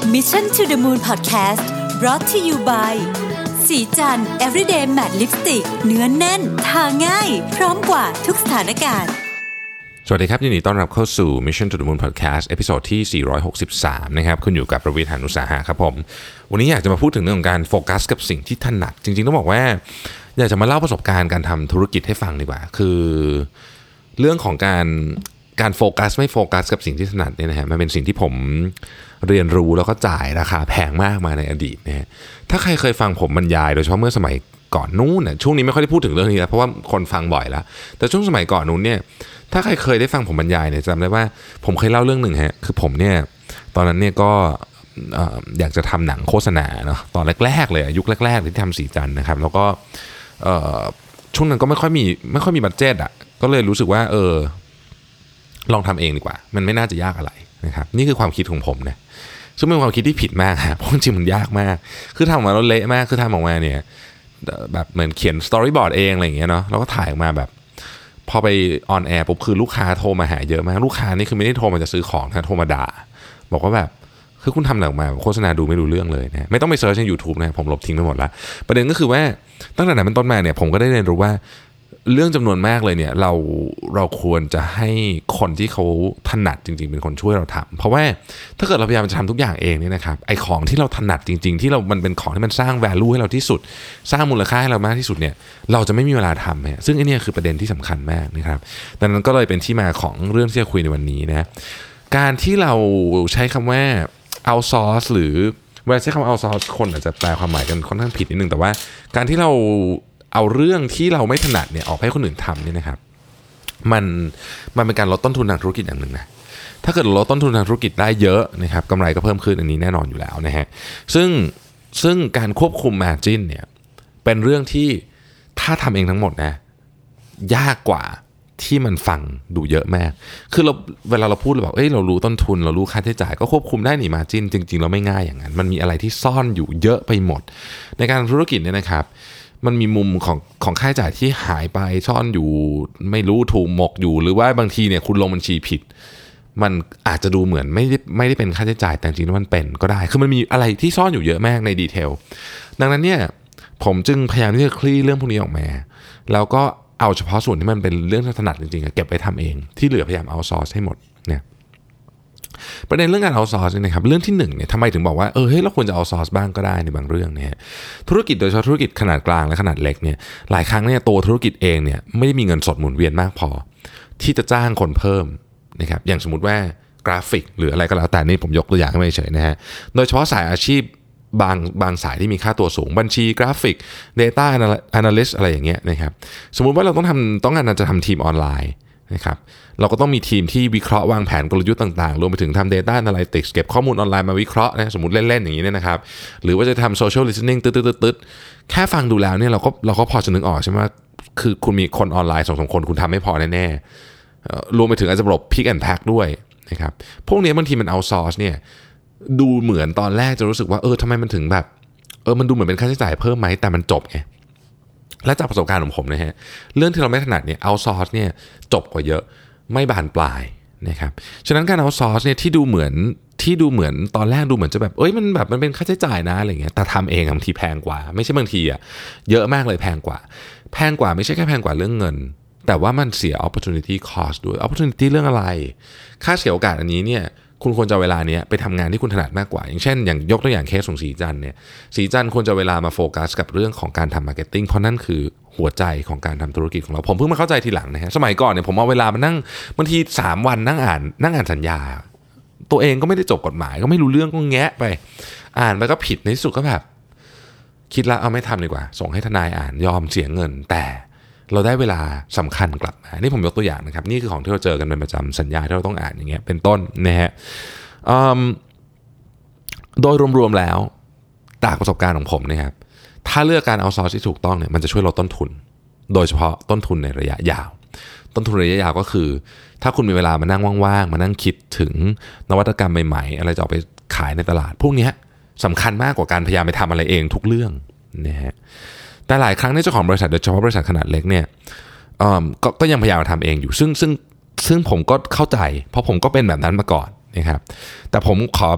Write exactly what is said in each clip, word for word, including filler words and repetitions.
Mission to the Moon Podcast brought to you by สีจัน Everyday Matte Lipstick เนื้อนแน่นทาง่ายพร้อมกว่าทุกสถานการณ์สวัสดีครับยินดีต้อนรับเข้าสู่ Mission to the Moon Podcast เอพิโซดที่สี่ร้อยหกสิบสามนะครับคุณอยู่กับประวิทย์ หาญอุตสาหะครับผมวันนี้อยากจะมาพูดถึงเรื่องของการโฟกัสกับสิ่งที่ถนัดจริงๆต้องบอกว่าอยากจะมาเล่าประสบการณ์การทำธุรกิจให้ฟังดีกว่าคือเรื่องของการการโฟกัสไม่โฟกัสกับสิ่งที่ถนัดเนี่ยนะฮะมันเป็นสิ่งที่ผมเรียนรู้แล้วก็จ่ายราคาแพงมากมาในอดีตนะฮะถ้าใครเคยฟังผมบรรยายโดยเฉพาะเมื่อสมัยก่อนนู้นน่ะช่วงนี้ไม่ค่อยได้พูดถึงเรื่องนี้แล้วเพราะว่าคนฟังบ่อยแล้วแต่ช่วงสมัยก่อนนู้นเนี่ยถ้าใครเคยได้ฟังผมบรรยายเนี่ยจำได้ว่าผมเคยเล่าเรื่องหนึ่งฮะคือผมเนี่ยตอนนั้นเนี่ยก็อยากจะทำหนังโฆษณาเนาะตอนแรกๆเลยยุคแรกๆที่ทำสีจันทร์นะครับแล้วก็ช่วงนั้นก็ไม่ค่อยมีไม่ค่อยมีบัดเจ็ตอ่ะก็เลยรู้สึกว่าเออลองทำเองดีกว่ามันไม่น่าจะยากอะไรนะครับนี่คือความคิดของผมนะซึ่งเป็นความคิดที่ผิดมากครับเพราะจริงมันยากมากคือทำออกมาแล้วเละมากคือทำออกมาเนี่ยแบบเหมือนเขียนสตอรี่บอร์ดเองอะไรอย่างเงี้ยเนาะแล้วก็ถ่ายออกมาแบบพอไปออนแอร์ปุ๊บคือลูกค้าโทรมาหาเยอะมากลูกค้านี่คือไม่ได้โทรมาจะซื้อของนะโทรมาด่าบอกว่าแบบคือคุณทำอะไรออกมาโฆษณาดูไม่รู้เรื่องเลยนะไม่ต้องไปเซิร์ชใน YouTube นะผมลบทิ้งไปหมดแล้วประเด็นก็คือว่าตั้งแต่นั้นเป็นต้นมาเนี่ยผมก็ได้เรียนรู้ว่าเรื่องจำนวนมากเลยเนี่ยเราเราควรจะให้คนที่เขาถนัดจริงๆเป็นคนช่วยเราทำเพราะว่าถ้าเกิดเราพยายามจะทำทุกอย่างเองเนี่ยนะครับไอ้ของที่เราถนัดจริงๆที่เรามันเป็นของที่มันสร้าง value ให้เราที่สุดสร้างมูลค่าให้เรามากที่สุดเนี่ยเราจะไม่มีเวลาทำเนี่ยซึ่งไอ้นี่คือประเด็นที่สำคัญมากนะครับดังนั้นก็เลยเป็นที่มาของเรื่องที่จะคุยในวันนี้นะการที่เราใช้คำว่า outsource หรือเวลาใช้คำว่า outsource คนอาจจะแปลความหมายกันค่อนข้างผิดนิดนึงแต่ว่าการที่เราเอาเรื่องที่เราไม่ถนัดเนี่ยออกให้คนอื่นทำเนี่ยนะครับมันมันเป็นการลดต้นทุนทางธุรกิจอย่างหนึ่งนะถ้าเกิดลดต้นทุนทางธุรกิจได้เยอะนะครับกำไรก็เพิ่มขึ้นอันนี้แน่นอนอยู่แล้วนะฮะซึ่งซึ่งการควบคุม margin เนี่ยเป็นเรื่องที่ถ้าทำเองทั้งหมดนะยากกว่าที่มันฟังดูเยอะมากคือเราเวลาเราพูดเราบอกเอ้ยเรารู้ต้นทุนเรารู้ค่าใช้จ่ายก็ควบคุมได้นี่ margin จริงๆเราไม่ง่ายอย่างนั้นมันมีอะไรที่ซ่อนอยู่เยอะไปหมดในการธุรกิจเนี่ยนะครับมันมีมุมของของค่าใช้จ่ายที่หายไปซ่อนอยู่ไม่รู้ถูกหมกอยู่หรือว่าบางทีเนี่ยคุณลงบัญชีผิดมันอาจจะดูเหมือนไม่ได้ไม่ได้เป็นค่าใช้จ่ายแต่จริงๆแล้วมันเป็นก็ได้คือมันมีอะไรที่ซ่อนอยู่เยอะมากในดีเทลดังนั้นเนี่ยผมจึงพยายามที่จะคลี่เรื่องพวกนี้ออกมาแล้วก็เอาเฉพาะส่วนที่มันเป็นเรื่องถนัดจริงๆเก็บไปทำเองที่เหลือพยายามเอาซอร์สให้หมดเนี่ยประเด็นเรื่องการเอาซอร์สนะครับเรื่องที่หนึ่งเนี่ยทำไมถึงบอกว่าเออเฮ้ยเราควรจะเอาซอร์สบ้างก็ได้ในบางเรื่องเนี่ยธุรกิจโดยเฉพาะธุรกิจขนาดกลางและขนาดเล็กเนี่ยหลายครั้งเนี่ยตัวธุรกิจเองเนี่ยไม่ได้มีเงินสดหมุนเวียนมากพอที่จะจ้างคนเพิ่มนะครับอย่างสมมุติว่ากราฟิกหรืออะไรก็แล้วแต่นี่ผมยกตัวอย่างให้เฉยๆนะฮะโดยเฉพาะสายอาชีพบางบางสายที่มีค่าตัวสูงบัญชีกราฟิก Data Analyst อะไรอย่างเงี้ยนะครับสมมุติว่าเราต้องทำต้องการจะทำทีมออนไลน์นะครับเราก็ต้องมีทีมที่วิเคราะห์วางแผนกลยุทธ์ต่างๆรวมไปถึงทำ Data Analytics เก็บข้อมูลออนไลน์มาวิเคราะห์นะสมมุติเล่นๆอย่างนี้เนี่ยนะครับหรือว่าจะทำ Social Listening ตึ๊ดๆๆแค่ฟังดูแล้วเนี่ยเราก็เราก็พอจะนึกออกใช่ไหมว่าคือคุณมีคนออนไลน์ สองสาม คนคุณทำไม่พอแน่ๆรวมไปถึงอาจจะระบบ Pick and Pack ด้วยนะครับพวกนี้บางทีมัน outsource เนี่ยดูเหมือนตอนแรกจะรู้สึกว่าเออทำไมมันถึงแบบเออมันดูเหมือนเป็นค่าใช้จ่ายเพิ่มไหมแต่มันจบไงและจากประสบการณ์ของผมนะฮะเรื่องที่เราไม่ถนัดเนี่ย outsource เนี่ยจบกว่าเยอะไม่บานปลายนะครับฉะนั้นการ outsource เนี่ยที่ดูเหมือนที่ดูเหมือนตอนแรกดูเหมือนจะแบบเอ้ยมันแบบมันเป็นค่าใช้จ่ายนะอะไรเงี้ยแต่ทำเองบางทีแพงกว่าไม่ใช่บางทีอ่ะเยอะมากเลยแพงกว่าแพงกว่าไม่ใช่แค่แพงกว่าเรื่องเงินแต่ว่ามันเสีย opportunity cost ด้วย opportunity เรื่องอะไรค่าเสียโอกาสอันนี้เนี่ยคุณควรจะเวลาเนี้ยไปทำงานที่คุณถนัดมากกว่าอย่างเช่นอย่างยกตัวอย่างเคสของสีจันเนี่ยสีจันควรจะเวลามาโฟกัสกับเรื่องของการทำมาร์เก็ตติ้งเพราะนั่นคือหัวใจของการทำธุรกิจของเราผมเพิ่งมาเข้าใจทีหลังนะฮะสมัยก่อนเนี่ยผมเอาเวลามานั่งบางทีสามวันนั่งอ่านนั่งอ่านสัญญาตัวเองก็ไม่ได้จบกฎหมายก็ไม่รู้เรื่องก็แงะไปอ่านไปก็ผิดในที่สุดก็แบบคิดแล้วเอาไม่ทำดีกว่าส่งให้ทนายอ่านยอมเสียเงินแต่เราได้เวลาสำคัญกลับมานี่ผมยกตัวอย่างนะครับนี่คือของที่เราเจอกันเป็นประจำสัญญาที่เราต้องอ่านอย่างเงี้ยเป็นต้นนะฮะโดยรวมๆแล้วจากประสบการณ์ของผมนะครับถ้าเลือกการเอาซอร์สที่ถูกต้องเนี่ยมันจะช่วยลดต้นทุนโดยเฉพาะต้นทุนในระยะยาวต้นทุนระยะยาวก็คือถ้าคุณมีเวลามานั่งว่างๆมานั่งคิดถึงนวัตกรรมใหม่ๆอะไรจะเอาไปขายในตลาดพวกนี้สำคัญมากกว่าการพยายามไปทำอะไรเองทุกเรื่องนะฮะแต่หลายครั้งในเจ้าของบริษัทโดยเฉพาะบริษัทขนาดเล็กเนี่ย ก, ก็ยังพยายามทำเองอยู่ซึ่งซึ่งซึ่งผมก็เข้าใจเพราะผมก็เป็นแบบนั้นมาก่อนนะครับแต่ผมขอแบบ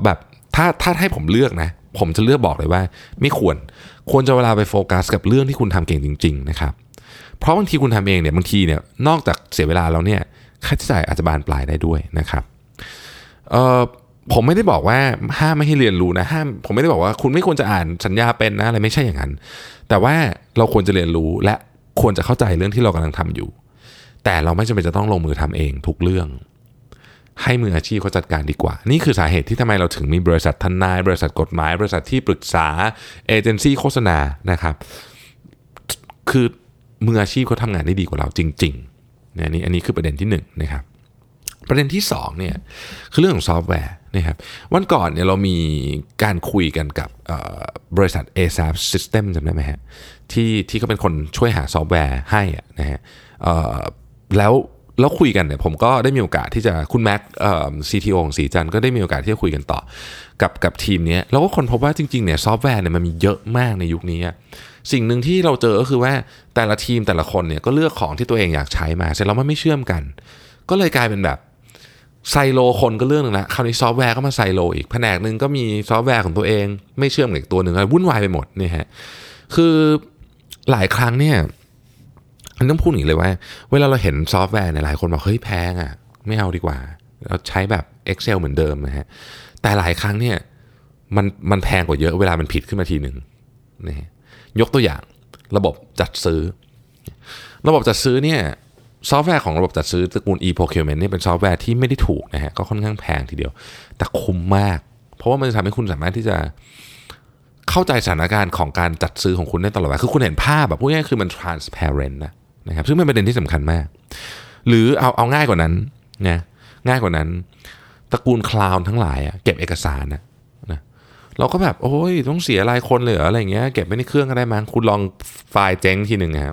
ถ้าถ้าให้ผมเลือกนะผมจะเลือกบอกเลยว่าไม่ควรควรจะเวลาไปโฟกัสกับเรื่องที่คุณทำเก่งจริงๆนะครับเพราะบางทีคุณทำเองเนี่ยบางทีเนี่ยนอกจากเสียเวลาแล้วเนี่ยค่าใช้จ่ายอาจจะบานปลายได้ด้วยนะครับเอ่อผมไม่ได้บอกว่าห้ามไม่ให้เรียนรู้นะห้ามผมไม่ได้บอกว่าคุณไม่ควรจะอ่านสัญญาเป็นนะอะไรไม่ใช่อย่างนั้นแต่ว่าเราควรจะเรียนรู้และควรจะเข้าใจเรื่องที่เรากำลังทำอยู่แต่เราไม่จำเป็นจะต้องลงมือทำเองทุกเรื่องให้มืออาชีพเขาจัดการดีกว่านี่คือสาเหตุที่ทำไมเราถึงมีบริษัททนายบริษัทกฎหมายบริษัทที่ปรึกษาเอเจนซี่โฆษณานะครับคือมืออาชีพเขาทำงานได้ดีกว่าเราจริงๆนะนี่อันนี้คือประเด็นที่หนึ่งนะครับประเด็นที่สองเนี่ยคือเรื่องของซอฟต์แวร์นะครับวันก่อนเนี่ยเรามีการคุยกันกับบริษัท เอ เอส เอ พี System จำได้ไหมฮะที่ที่เขาเป็นคนช่วยหาซอฟต์แวร์ให้นะฮะแล้วแล้วคุยกันเนี่ยผมก็ได้มีโอกาสที่จะคุณแม็กเอ่อ ซี ที โอ ของสีจันทร์ก็ได้มีโอกาสที่จะคุยกันต่อกับกับทีมนี้แล้วก็คนพบว่าจริงๆเนี่ยซอฟต์แวร์เนี่ยมันมีเยอะมากในยุคนี้สิ่งหนึ่งที่เราเจอก็คือว่าแต่ละทีมแต่ละคนเนี่ยก็เลือกของที่ตัวเองอยากใช้มาเสร็จแล้วมันไม่เชื่อมกันก็เลยกลายเป็นแบบไซโลคนก็เรื่องนึงละคราวนี้ซอฟต์แวร์ก็มาไซโลอีกแผนกนึงก็มีซอฟต์แวร์ของตัวเองไม่เชื่อมกับอีกตัวนึงอะไรวุ่นวายไปหมดเนี่ยฮะคือหลายครั้งเนี่ยมันต้องพูดอย่างนี้เลยว่าเวลาเราเห็นซอฟต์แวร์เนี่ยหลายคนบอกเฮ้ยแพงอ่ะไม่เอาดีกว่าเราใช้แบบ Excel เหมือนเดิมนะฮะแต่หลายครั้งเนี่ยมันมันแพงกว่าเยอะเวลามันผิดขึ้นมาทีหนึ่งนะฮะยกตัวอย่างระบบจัดซื้อระบบจัดซื้อเนี่ยซอฟต์แวร์ของระบบจัดซื้อตระกูล e-procurement เนี่ยเป็นซอฟต์แวร์ที่ไม่ได้ถูกนะฮะก็ค่อนข้างแพงทีเดียวแต่คุ้มมากเพราะว่ามันจะทำให้คุณสามารถที่จะเข้าใจสถานการณ์ของการจัดซื้อของคุณได้ตลอดเวลาคือคุณเห็นภาพแบบพวกนี้คือมัน transparent นะนะครับซึ่งเป็นประเด็นที่สำคัญมากหรือเอาเอาง่ายกว่านั้นนะง่ายกว่านั้นตระกูลคลาวด์ทั้งหลายเก็บเอกสารนะนะเราก็แบบโอ้ยต้องเสียรายคนเลยเหรออะไรอย่างเงี้ยเก็บไว้ในเครื่องก็ได้มั้งคุณลองไฟล์เจ๊งทีหนึ่งครับ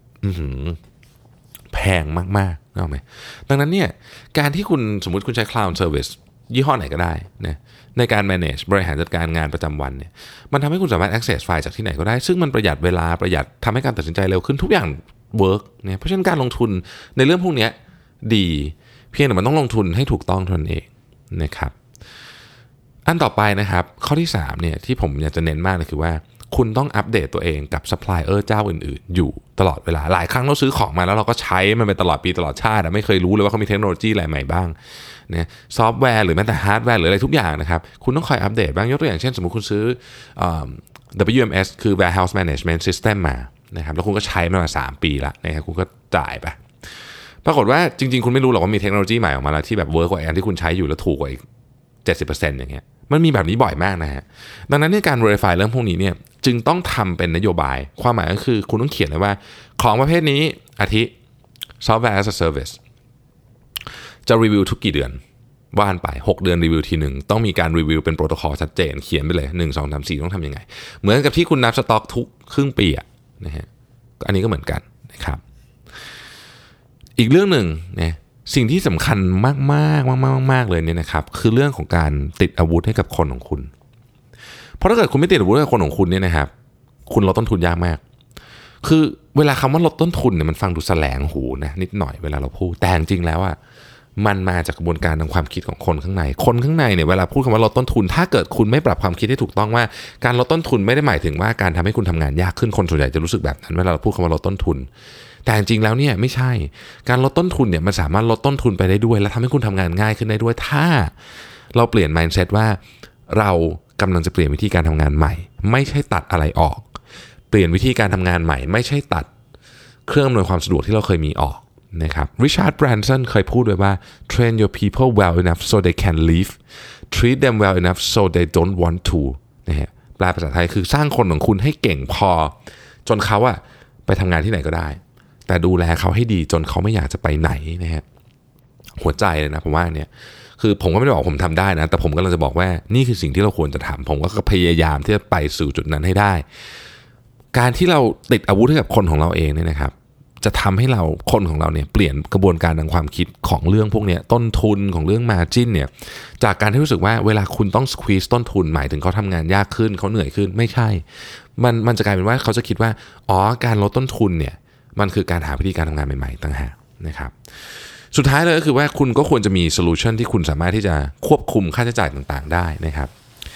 แพงมากๆเอาไหมดังนั้นเนี่ยการที่คุณสมมุติคุณใช้ Cloud Service ยี่ห้อไหนก็ได้นะในการ manage บริหารจัดการงานประจำวันเนี่ยมันทำให้คุณสามารถ access ไฟล์จากที่ไหนก็ได้ซึ่งมันประหยัดเวลาประหยัดทำให้การตัดสินใจเร็วขึ้นทุกอย่าง work เนี่ยเพราะฉะนั้นการลงทุนในเรื่องพวกนี้ดีเพียงแต่มันต้องลงทุนให้ถูกต้องเท่านั้นเองนะครับอันต่อไปนะครับข้อที่สามเนี่ยที่ผมอยากจะเน้นมากเลยคือว่าคุณต้องอัปเดตตัวเองกับซัพพลายเออร์เจ้าอื่นๆอยู่ตลอดเวลาหลายครั้งเราซื้อของมาแล้วเราก็ใช้มันไปตลอดปีตลอดชาติไม่เคยรู้เลยว่าเขามีเทคโนโลยีอะไรใหม่บ้างนะซอฟต์แวร์หรือแม้แต่ฮาร์ดแวร์หรืออะไรทุกอย่างนะครับคุณต้องคอยอัปเดตบ้างยกตัวอย่างเช่นสมมุติคุณซื้อ ดับเบิลยู เอ็ม เอส คือ Warehouse Management System มานะครับแล้วคุณก็ใช้มันมาสามปีละนะครับคุณก็จ่ายไปปรากฏว่าจริงๆคุณไม่รู้หรอกว่ามีเทคโนโลยีใหม่ออกมาแล้วที่แบบเวิร์กกว่าอันที่คุณใช้อยู่แล้วถูกกว่าอีก เจ็ดสิบเปอร์เซ็นต์ อย่างเงี้ยมันมีแบบนี้บ่อยมากนะฮะดังนั้นในการ verify เรื่องพวกนี้เนี่ยจึงต้องทำเป็นนโยบายความหมายก็คือคุณต้องเขียนเลยว่าของประเภทนี้อาทิ software as a service จะรีวิวทุกกี่เดือนว่านไปหกเดือนรีวิวทีหนึ่งต้องมีการรีวิวเป็นโปรโตคอลชัดเจนเขียนไปเลยหนึ่ง สอง สาม สี่ต้องทำยังไงเหมือนกับที่คุณนับสต็อกทุกครึ่งปีอะนะฮะอันนี้ก็เหมือนกันนะครับอีกเรื่องหนึ่งนะสิ่งที่สำคัญมากๆมากๆมากๆเลยเนี่ยนะครับคือเรื่องของการติดอาวุธให้กับคนของคุณเพราะถ้าเกิดคุณไม่ติดอาวุธให้กับคนของคุณเนี่ยนะครับคุณลดต้นทุนยากมากคือเวลาคำว่าลดต้นทุนเนี่ยมันฟังดูแสลงหูนะนิดหน่อยเวลาเราพูดแต่จริงๆแล้วอ่ะมันมาจากกระบวนการทางความคิดของคนข้างในคนข้างในเนี่ยเวลาพูดคำว่าลดต้นทุนถ้าเกิดคุณไม่ปรับความคิดให้ถูกต้องว่าการลดต้นทุนไม่ได้หมายถึงว่าการทำให้คุณทำงานยากขึ้นคนส่วนใหญ่จะรู้สึกแบบนั้นเวลาเราพูดคำว่าลดต้นทุนแต่จริงๆแล้วเนี่ยไม่ใช่การลดต้นทุนเนี่ยมันสามารถลดต้นทุนไปได้ด้วยและทำให้คุณทำงานง่ายขึ้นได้ด้วยถ้าเราเปลี่ยน mindset ว่าเรากำลังจะเปลี่ยนวิธีการทำงานใหม่ไม่ใช่ตัดอะไรออกเปลี่ยนวิธีการทำงานใหม่ไม่ใช่ตัดเครื่องอำนวยความสะดวกที่เราเคยมีออกนะครับริชาร์ด แบรนสันเคยพูดไว้ว่า train your people well enough so they can leave treat them well enough so they don't want to นะฮะแปลภาษาไทยคือสร้างคนของคุณให้เก่งพอจนเขาอะไปทำงานที่ไหนก็ได้แต่ดูแลเขาให้ดีจนเขาไม่อยากจะไปไหนนะฮะหัวใจเลยนะผมว่าเนี่ยคือผมก็ไม่ได้บอกผมทำได้นะแต่ผมกำลังจะบอกว่านี่คือสิ่งที่เราควรจะทำผมก็พยายามที่จะไปสู่จุดนั้นให้ได้การที่เราติดอาวุธให้กับคนของเราเองเนี่ยนะครับจะทำให้เราคนของเราเนี่ยเปลี่ยนกระบวนการทางความคิดของเรื่องพวกนี้ต้นทุนของเรื่อง margin เนี่ยจากการที่รู้สึกว่าเวลาคุณต้อง squeeze ต้นทุนหมายถึงเขาทำงานยากขึ้นเขาเหนื่อยขึ้นไม่ใช่มันมันจะกลายเป็นว่าเขาจะคิดว่าอ๋อการลดต้นทุนเนี่ยมันคือการหาวิธีการทำงานใหม่ๆต่างหากนะครับสุดท้ายเลยก็คือว่าคุณก็ควรจะมีโซลูชันที่คุณสามารถที่จะควบคุมค่าใช้จ่ายต่างๆได้นะครับ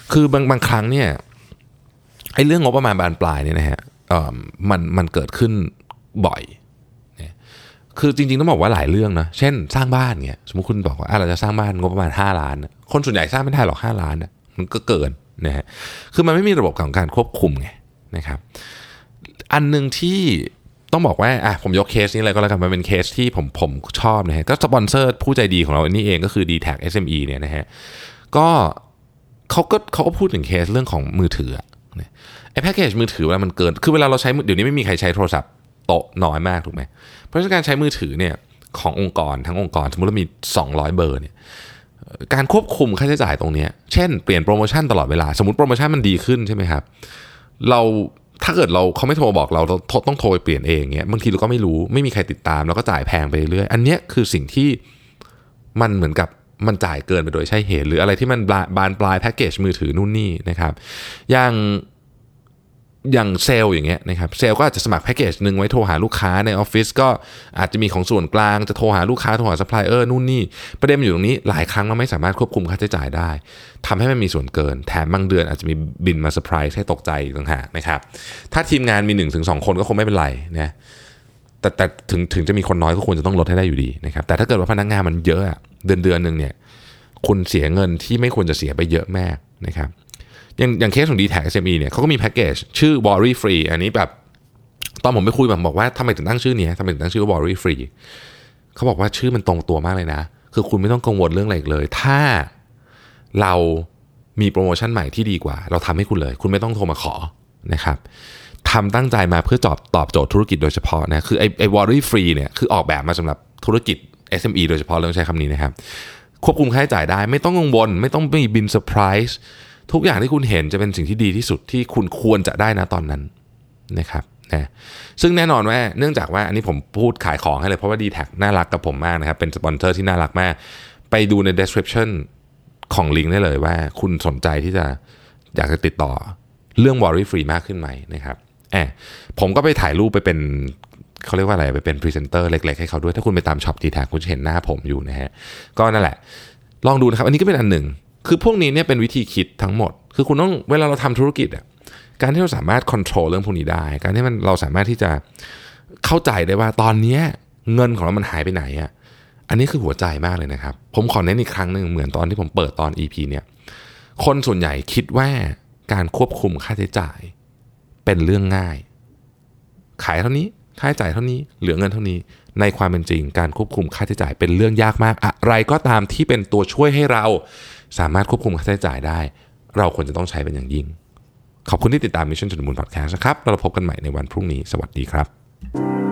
คือบางบางครั้งเนี่ยไอ้เรื่องงบประมาณบานปลายเนี่ยนะฮะเอ่อมันมันเกิดขึ้นบ่อยเนี่ยคือจริงๆต้องบอกว่าหลายเรื่องนะเช่นสร้างบ้านเนี่ยสมมุติคุณบอกว่าเราจะสร้างบ้านงบประมาณห้าล้านคนส่วนใหญ่สร้างไม่ได้หรอกห้าล้านนะมันก็เกินนะฮะคือมันไม่มีระบบของการควบคุมไงนะครับอันนึงที่ต้องบอกว่าอ่ะผมยกเคสนี้เลยก็แล้วกันมันเป็นเคสที่ผมผมชอบนะฮะก็สปอนเซอร์ผู้ใจดีของเราอันนี้เองก็คือ ดี แท็ก เอส เอ็ม อี เนี่ยนะฮะก็เขาก็เขาก็พูดถึงเคสเรื่องของมือถือไอ้แพ็กเกจมือถือเวลามันเกินคือเวลาเราใช้เดี๋ยวนี้ไม่มีใครใช้โทรศัพท์โต๊ะน้อยมากถูกไหมเพราะฉะนั้นการใช้มือถือเนี่ยขององค์กรทั้งองค์กรสมมติเรามีสองร้อยเบอร์เนี่ยการควบคุมค่าใช้จ่ายตรงนี้เช่นเปลี่ยนโปรโมชั่นตลอดเวลาสมมติโปรโมชั่นมันดีขึ้นใช่ไหมครับเราถ้าเกิดเราเขาไม่โทรบอกเราเราต้องโทรไปเปลี่ยนเองเงี้ยบางทีเราก็ไม่รู้ไม่มีใครติดตามแล้วก็จ่ายแพงไปเรื่อยอันนี้คือสิ่งที่มันเหมือนกับมันจ่ายเกินไปโดยใช่เหตุหรืออะไรที่มันบานปลายแพ็กเกจมือถือนู่นนี่นะครับอย่างอย่างเซลล์อย่างเงี้ยนะครับเซลล์ก็อาจจะสมัครแพ็กเกจนึงไว้โทรหาลูกค้าในออฟฟิศก็อาจจะมีของส่วนกลางจะโทรหาลูกค้าโทรหาซัพพลายเออร์นู่นนี่ประเด็นอยู่ตรงนี้หลายครั้งเราไม่สามารถควบคุมค่าใช้จ่ายได้ทำให้มันมีส่วนเกินแถมบางเดือนอาจจะมีบินมาเซอร์ไพรส์ให้ตกใจต่างหากนะครับถ้าทีมงานมี หนึ่งถึงสอง คนก็คงไม่เป็นไรนะแต่แต่ถึงถึงจะมีคนน้อยก็ควรจะต้องลดให้ได้อยู่ดีนะครับแต่ถ้าเกิดว่าพนักงานมันเยอะเดือนเดือนนึงเนี่ยคุณเสียเงินที่ไม่ควรจะเสียไปเยอะมากนะครับอย่างอย่างเคสของ ดี แท็ก เอส เอ็ม อี เนี่ยเขาก็มีแพ็กเกจชื่อ Worry Free อันนี้แบบตอนผมไปคุยแบบบอกว่าทำไมถึงตั้งชื่อนี้ทำไมถึงตั้งชื่อว่า Worry Free เขาบอกว่าชื่อมันตรงตัวมากเลยนะคือคุณไม่ต้องกังวลเรื่องอะไรเลยถ้าเรามีโปรโมชั่นใหม่ที่ดีกว่าเราทำให้คุณเลยคุณไม่ต้องโทรมาขอนะครับทำตั้งใจมาเพื่อตอบตอบโจทย์ธุรกิจโดยเฉพาะนะคือไอ้ไอ้ Worry Free เนี่ยคือออกแบบมาสำหรับธุรกิจ เอส เอ็ม อี โดยเฉพาะเรื่องใช้คำนี้นะครับควบคุมค่าใช้จ่ายได้ไม่ต้องกังวลไม่ต้องมีบินเซอร์ไพรส์ทุกอย่างที่คุณเห็นจะเป็นสิ่งที่ดีที่สุดที่คุณควรจะได้นะตอนนั้นนะครับนะซึ่งแน่นอนว่าเนื่องจากว่าอันนี้ผมพูดขายของให้เลยเพราะว่า ดี แท็ก น่ารักกับผมมากนะครับเป็นสปอนเซอร์ที่น่ารักมากไปดูใน description ของลิงก์ได้เลยว่าคุณสนใจที่จะอยากจะติดต่อเรื่อง Worry Free มากขึ้นไหมนะครับแอบผมก็ไปถ่ายรูปไปเป็นเขาเรียกว่าอะไรไปเป็นพรีเซนเตอร์เล็กๆให้เขาด้วยถ้าคุณไปตามช็อป ดี แท็ก คุณจะเห็นหน้าผมอยู่นะฮะก็นั่นแหละลองดูนะครับอันนี้ก็เป็นอันหนึ่งคือพวกนี้เนี่ยเป็นวิธีคิดทั้งหมดคือคุณต้องเวลาเราทำธุรกิจอ่ะการที่เราสามารถควบคุมเรื่องพวกนี้ได้การที่มันเราสามารถที่จะเข้าใจได้ว่าตอนนี้เงินของเรามันหายไปไหนอ่ะอันนี้คือหัวใจมากเลยนะครับผมขอเน้นอีกครั้งนึงเหมือนตอนที่ผมเปิดตอน อี พี เนี่ยคนส่วนใหญ่คิดว่าการควบคุมค่าใช้จ่ายเป็นเรื่องง่ายขายเท่านี้ค่าใช้จ่ายเท่านี้เหลือเงินเท่านี้ในความเป็นจริงการควบคุมค่าใช้จ่ายเป็นเรื่องยากมากอะไรก็ตามที่เป็นตัวช่วยให้เราสามารถควบคุมค่าใช้จ่ายได้เราควรจะต้องใช้เป็นอย่างยิ่งขอบคุณที่ติดตาม Mission to the Moon Podcast นะครับเราพบกันใหม่ในวันพรุ่งนี้สวัสดีครับ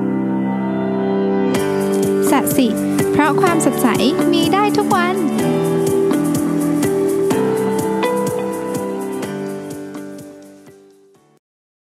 สัตว์สิเพราะความสดใสมีได้ทุกวัน